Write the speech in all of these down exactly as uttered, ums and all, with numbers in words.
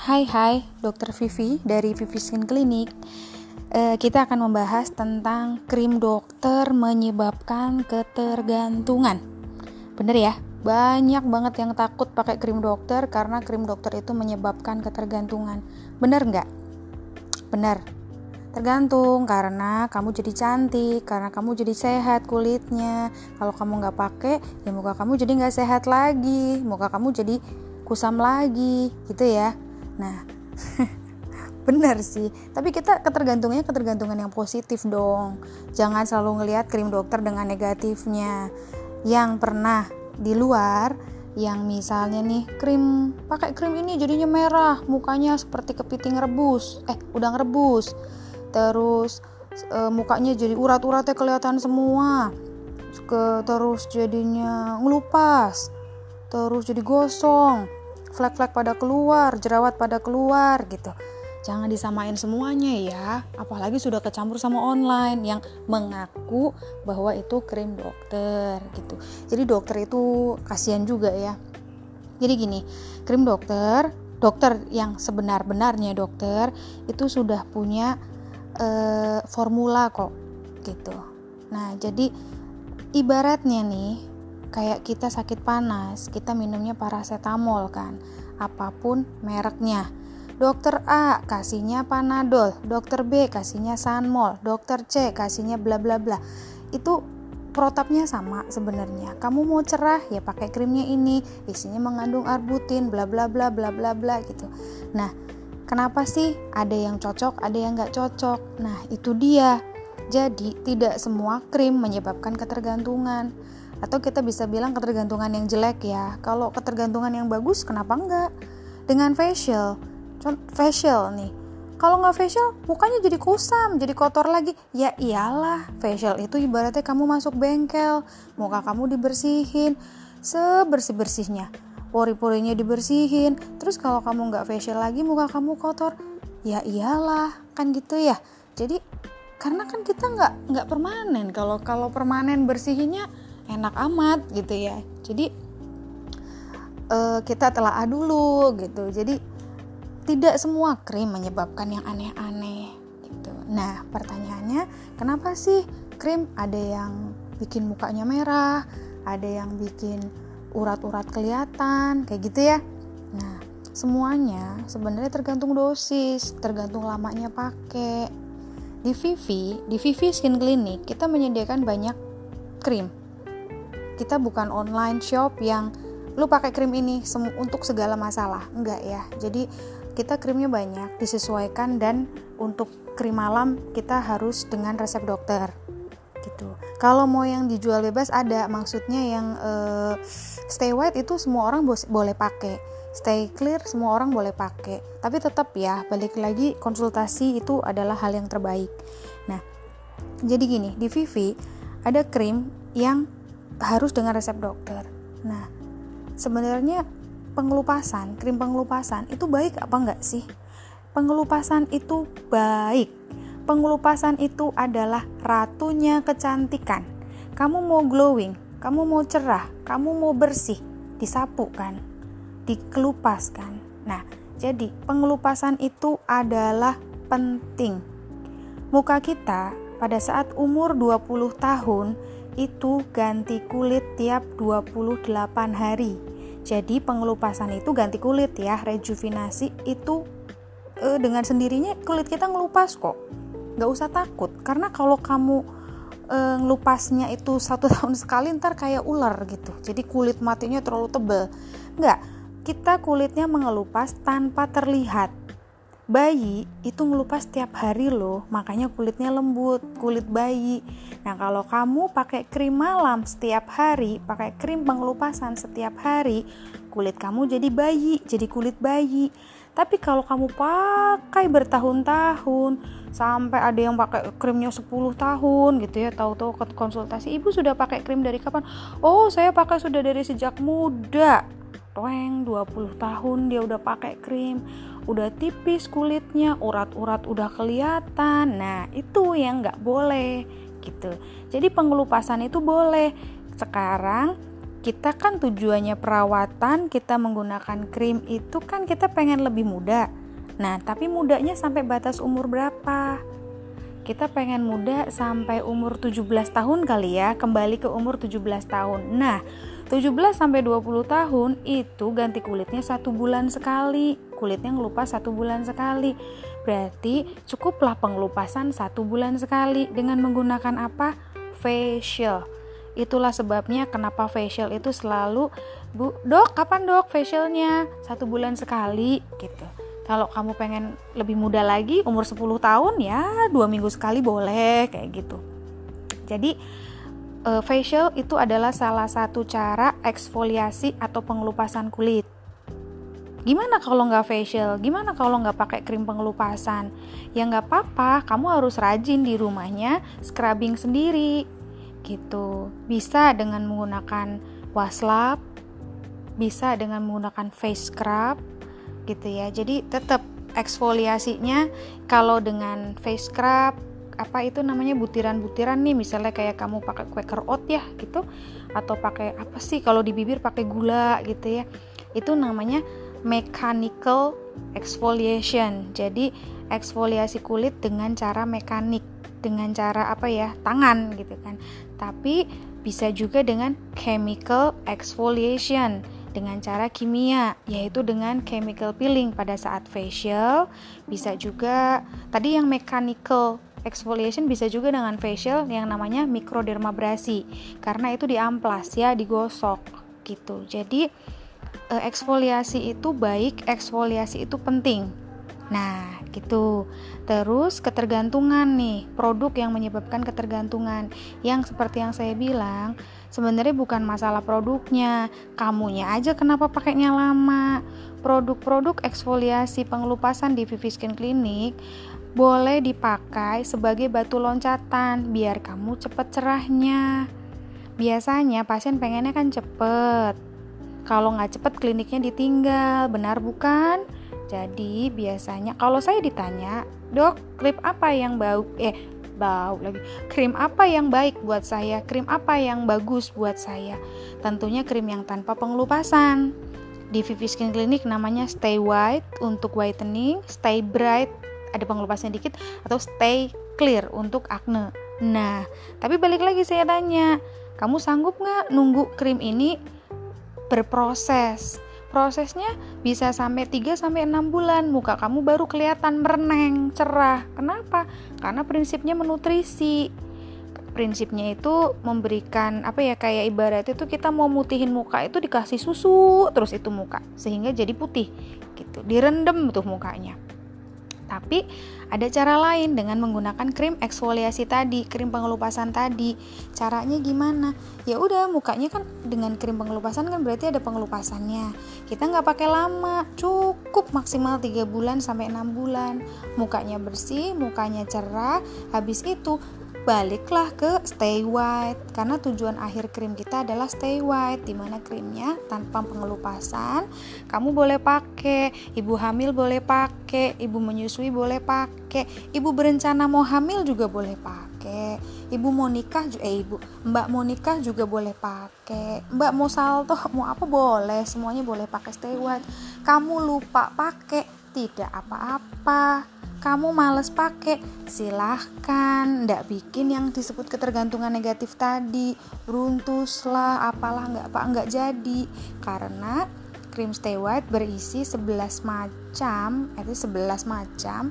Hai hai, dokter Vivi dari Vivi Skin Clinic. E, kita akan membahas tentang krim dokter menyebabkan ketergantungan. Bener ya? Banyak banget yang takut pakai krim dokter karena krim dokter itu menyebabkan ketergantungan. Bener nggak? Bener. Tergantung, karena kamu jadi cantik, karena kamu jadi sehat kulitnya. Kalau kamu nggak pakai, ya muka kamu jadi nggak sehat lagi, muka kamu jadi kusam lagi, gitu ya. Nah, benar sih. Tapi kita ketergantungannya ketergantungan yang positif dong. Jangan selalu ngelihat krim dokter dengan negatifnya. Yang pernah di luar, yang misalnya nih krim pakai krim ini jadinya merah, mukanya seperti kepiting rebus, eh udang rebus. Terus e, mukanya jadi urat-uratnya kelihatan semua. Ke, terus jadinya ngelupas. Terus jadi gosong. Flek-flek pada keluar, jerawat pada keluar gitu. Jangan disamain semuanya ya, apalagi sudah kecampur sama online yang mengaku bahwa itu krim dokter gitu. Jadi dokter itu kasihan juga ya. Jadi gini, krim dokter, dokter yang sebenar-benarnya dokter itu sudah punya eh, formula kok gitu. Nah, jadi ibaratnya nih kayak kita sakit panas, kita minumnya paracetamol kan, apapun mereknya. Dokter A kasihnya Panadol, dokter B kasihnya Sanmol, dokter C kasihnya bla bla bla. Itu protapnya sama sebenarnya. Kamu mau cerah ya pakai krimnya ini, isinya mengandung arbutin, bla bla bla bla bla bla gitu. Nah, kenapa sih ada yang cocok, ada yang nggak cocok? Nah, itu dia. Jadi tidak semua krim menyebabkan ketergantungan. Atau kita bisa bilang ketergantungan yang jelek ya. Kalau ketergantungan yang bagus, kenapa enggak? Dengan facial, facial nih. Kalau nggak facial, mukanya jadi kusam, jadi kotor lagi. Ya iyalah, facial itu ibaratnya kamu masuk bengkel, muka kamu dibersihin sebersih-bersihnya, pori-porinya dibersihin. Terus kalau kamu nggak facial lagi, muka kamu kotor. Ya iyalah, kan gitu ya. Jadi karena kan kita nggak nggak permanen. Kalau kalau permanen bersihinnya enak amat gitu ya. Jadi uh, kita telaah dulu gitu. Jadi tidak semua krim menyebabkan yang aneh-aneh gitu. Nah, pertanyaannya, kenapa sih krim ada yang bikin mukanya merah, ada yang bikin urat-urat kelihatan kayak gitu ya? Nah, semuanya sebenarnya tergantung dosis, tergantung lamanya pakai. Di Vivi, di Vivi Skin Clinic kita menyediakan banyak krim. Kita bukan online shop yang lu pakai krim ini sem- untuk segala masalah, enggak ya. Jadi kita krimnya banyak, disesuaikan, dan untuk krim malam kita harus dengan resep dokter gitu. Kalau mau yang dijual bebas ada, maksudnya yang uh, stay white itu semua orang bo- boleh pakai, stay clear semua orang boleh pakai. Tapi tetap ya, balik lagi konsultasi itu adalah hal yang terbaik. Nah, jadi gini, di Vivi ada krim yang harus dengan resep dokter. Nah, sebenarnya pengelupasan, krim pengelupasan itu baik apa enggak sih? Pengelupasan itu baik. Pengelupasan itu adalah ratunya kecantikan. Kamu mau glowing, kamu mau cerah, kamu mau bersih, disapu kan? Dikelupas kan? Nah, jadi pengelupasan itu adalah penting. Muka kita pada saat umur dua puluh tahun itu ganti kulit tiap dua puluh delapan hari. Jadi pengelupasan itu ganti kulit ya, rejuvenasi itu e, dengan sendirinya kulit kita ngelupas kok. Gak usah takut, karena kalau kamu e, ngelupasnya itu satu tahun sekali, ntar kayak ular gitu. Jadi kulit matinya terlalu tebal. Enggak, kita kulitnya mengelupas tanpa terlihat. Bayi itu ngelupas setiap hari loh, makanya kulitnya lembut, kulit bayi. Nah, kalau kamu pakai krim malam setiap hari, pakai krim pengelupasan setiap hari, kulit kamu jadi bayi, jadi kulit bayi. Tapi kalau kamu pakai bertahun-tahun, sampai ada yang pakai krimnya sepuluh tahun gitu ya, tahu-tahu ke konsultasi, ibu sudah pakai krim dari kapan? Oh, saya pakai sudah dari sejak muda. Toeng, dua puluh tahun dia udah pakai krim, udah tipis kulitnya, urat-urat udah kelihatan. Nah, itu yang nggak boleh gitu. Jadi pengelupasan itu boleh. Sekarang kita kan tujuannya perawatan, kita menggunakan krim itu kan kita pengen lebih muda. Nah, tapi mudanya sampai batas umur berapa? Kita pengen muda sampai umur tujuh belas tahun kali ya, kembali ke umur tujuh belas tahun. Nah, tujuh belas sampai dua puluh tahun itu ganti kulitnya satu bulan sekali. Kulitnya ngelupas satu bulan sekali. Berarti cukuplah pengelupasan satu bulan sekali dengan menggunakan apa? Facial. Itulah sebabnya kenapa facial itu selalu, Bu, dok, kapan dok facialnya? Satu bulan sekali gitu. Kalau kamu pengen lebih muda lagi, umur sepuluh tahun ya dua minggu sekali boleh kayak gitu. Jadi uh, facial itu adalah salah satu cara eksfoliasi atau pengelupasan kulit. Gimana kalau nggak facial? Gimana kalau nggak pakai krim pengelupasan? Ya nggak apa-apa, kamu harus rajin di rumahnya scrubbing sendiri gitu. Bisa dengan menggunakan washcloth, bisa dengan menggunakan face scrub gitu ya. Jadi tetap eksfoliasinya kalau dengan face scrub apa itu namanya butiran-butiran nih, misalnya kayak kamu pakai Quaker Oat ya gitu, atau pakai apa sih kalau di bibir pakai gula gitu ya, itu namanya mechanical exfoliation. Jadi eksfoliasi kulit dengan cara mekanik, dengan cara apa ya, tangan gitu kan. Tapi bisa juga dengan chemical exfoliation, dengan cara kimia, yaitu dengan chemical peeling pada saat facial. Bisa juga tadi yang mechanical exfoliation, bisa juga dengan facial yang namanya microdermabrasi, karena itu diamplas ya, digosok gitu. Jadi eksfoliasi itu baik, eksfoliasi itu penting. Nah gitu. Terus ketergantungan nih, produk yang menyebabkan ketergantungan, yang seperti yang saya bilang, sebenarnya bukan masalah produknya, kamunya aja kenapa pakainya lama. Produk-produk eksfoliasi pengelupasan di Vivi Skin Clinic boleh dipakai sebagai batu loncatan biar kamu cepet cerahnya. Biasanya pasien pengennya kan cepet, kalau nggak cepet kliniknya ditinggal, benar bukan? Jadi biasanya kalau saya ditanya, dok, krim apa yang bau eh bau lagi krim apa yang baik buat saya, krim apa yang bagus buat saya, tentunya krim yang tanpa pengelupasan. Di Vivi Skin Clinic namanya Stay White untuk whitening, Stay Bright ada pengelupasnya dikit, atau Stay Clear untuk acne. Nah, tapi balik lagi saya tanya, kamu sanggup nggak nunggu krim ini berproses? Prosesnya bisa sampai tiga sampai enam bulan, muka kamu baru kelihatan mereneng, cerah. Kenapa? Karena prinsipnya menutrisi. Prinsipnya itu memberikan apa ya, kayak ibarat itu kita mau mutihin muka itu dikasih susu terus itu muka sehingga jadi putih gitu. Direndam tuh mukanya. Tapi ada cara lain dengan menggunakan krim eksfoliasi tadi, krim pengelupasan tadi. Caranya gimana? Ya udah, mukanya kan dengan krim pengelupasan kan berarti ada pengelupasannya. Kita nggak pakai lama, cukup maksimal tiga bulan sampai enam bulan. Mukanya bersih, mukanya cerah. Habis itu baliklah ke Stay White, karena tujuan akhir krim kita adalah Stay White, dimana krimnya tanpa pengelupasan. Kamu boleh pakai, ibu hamil boleh pakai, ibu menyusui boleh pakai, ibu berencana mau hamil juga boleh pakai, ibu mau nikah juga, eh ibu mbak mau nikah juga boleh pakai, mbak mau salto mau apa boleh, semuanya boleh pakai Stay White. Kamu lupa pakai tidak apa-apa, kamu males pakai, silahkan, nggak bikin yang disebut ketergantungan negatif tadi, runtus lah, apalah, nggak apa nggak jadi, karena krim Stay White berisi sebelas macam, itu sebelas macam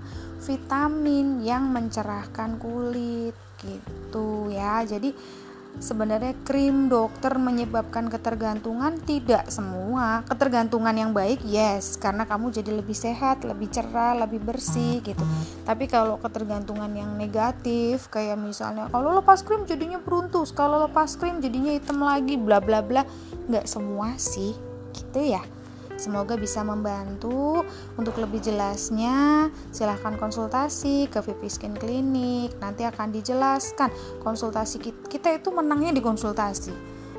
vitamin yang mencerahkan kulit, gitu ya. Jadi sebenarnya krim dokter menyebabkan ketergantungan tidak semua. Ketergantungan yang baik yes, karena kamu jadi lebih sehat, lebih cerah, lebih bersih gitu. Tapi kalau ketergantungan yang negatif, kayak misalnya kalau lepas krim jadinya beruntus, kalau lepas krim jadinya hitam lagi, bla bla bla, nggak semua sih gitu ya. Semoga bisa membantu. Untuk lebih jelasnya silahkan konsultasi ke Vivi Skin Clinic, nanti akan dijelaskan. Konsultasi kita itu menangnya di konsultasi.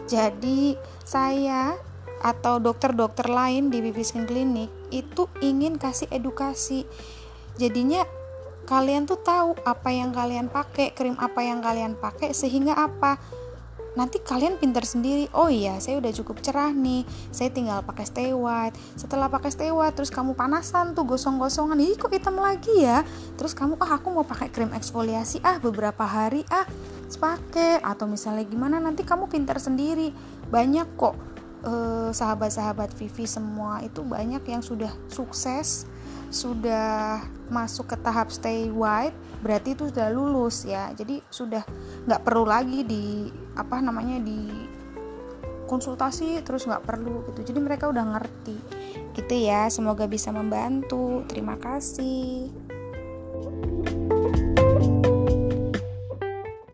Jadi saya atau dokter-dokter lain di Vivi Skin Clinic itu ingin kasih edukasi, jadinya kalian tuh tahu apa yang kalian pakai, krim apa yang kalian pakai, sehingga apa, nanti kalian pintar sendiri. Oh iya, saya udah cukup cerah nih, saya tinggal pakai stay white. Setelah pakai stay white terus kamu panasan tuh gosong-gosongan, ih kok hitam lagi ya. Terus kamu, ah aku mau pakai krim eksfoliasi ah beberapa hari ah pakai, atau misalnya gimana, nanti kamu pintar sendiri. Banyak kok eh, sahabat-sahabat Vivi semua itu banyak yang sudah sukses, sudah masuk ke tahap stay white, berarti itu sudah lulus ya. Jadi sudah nggak perlu lagi di apa namanya di konsultasi, terus nggak perlu gitu. Jadi mereka udah ngerti gitu ya. Semoga bisa membantu. Terima kasih.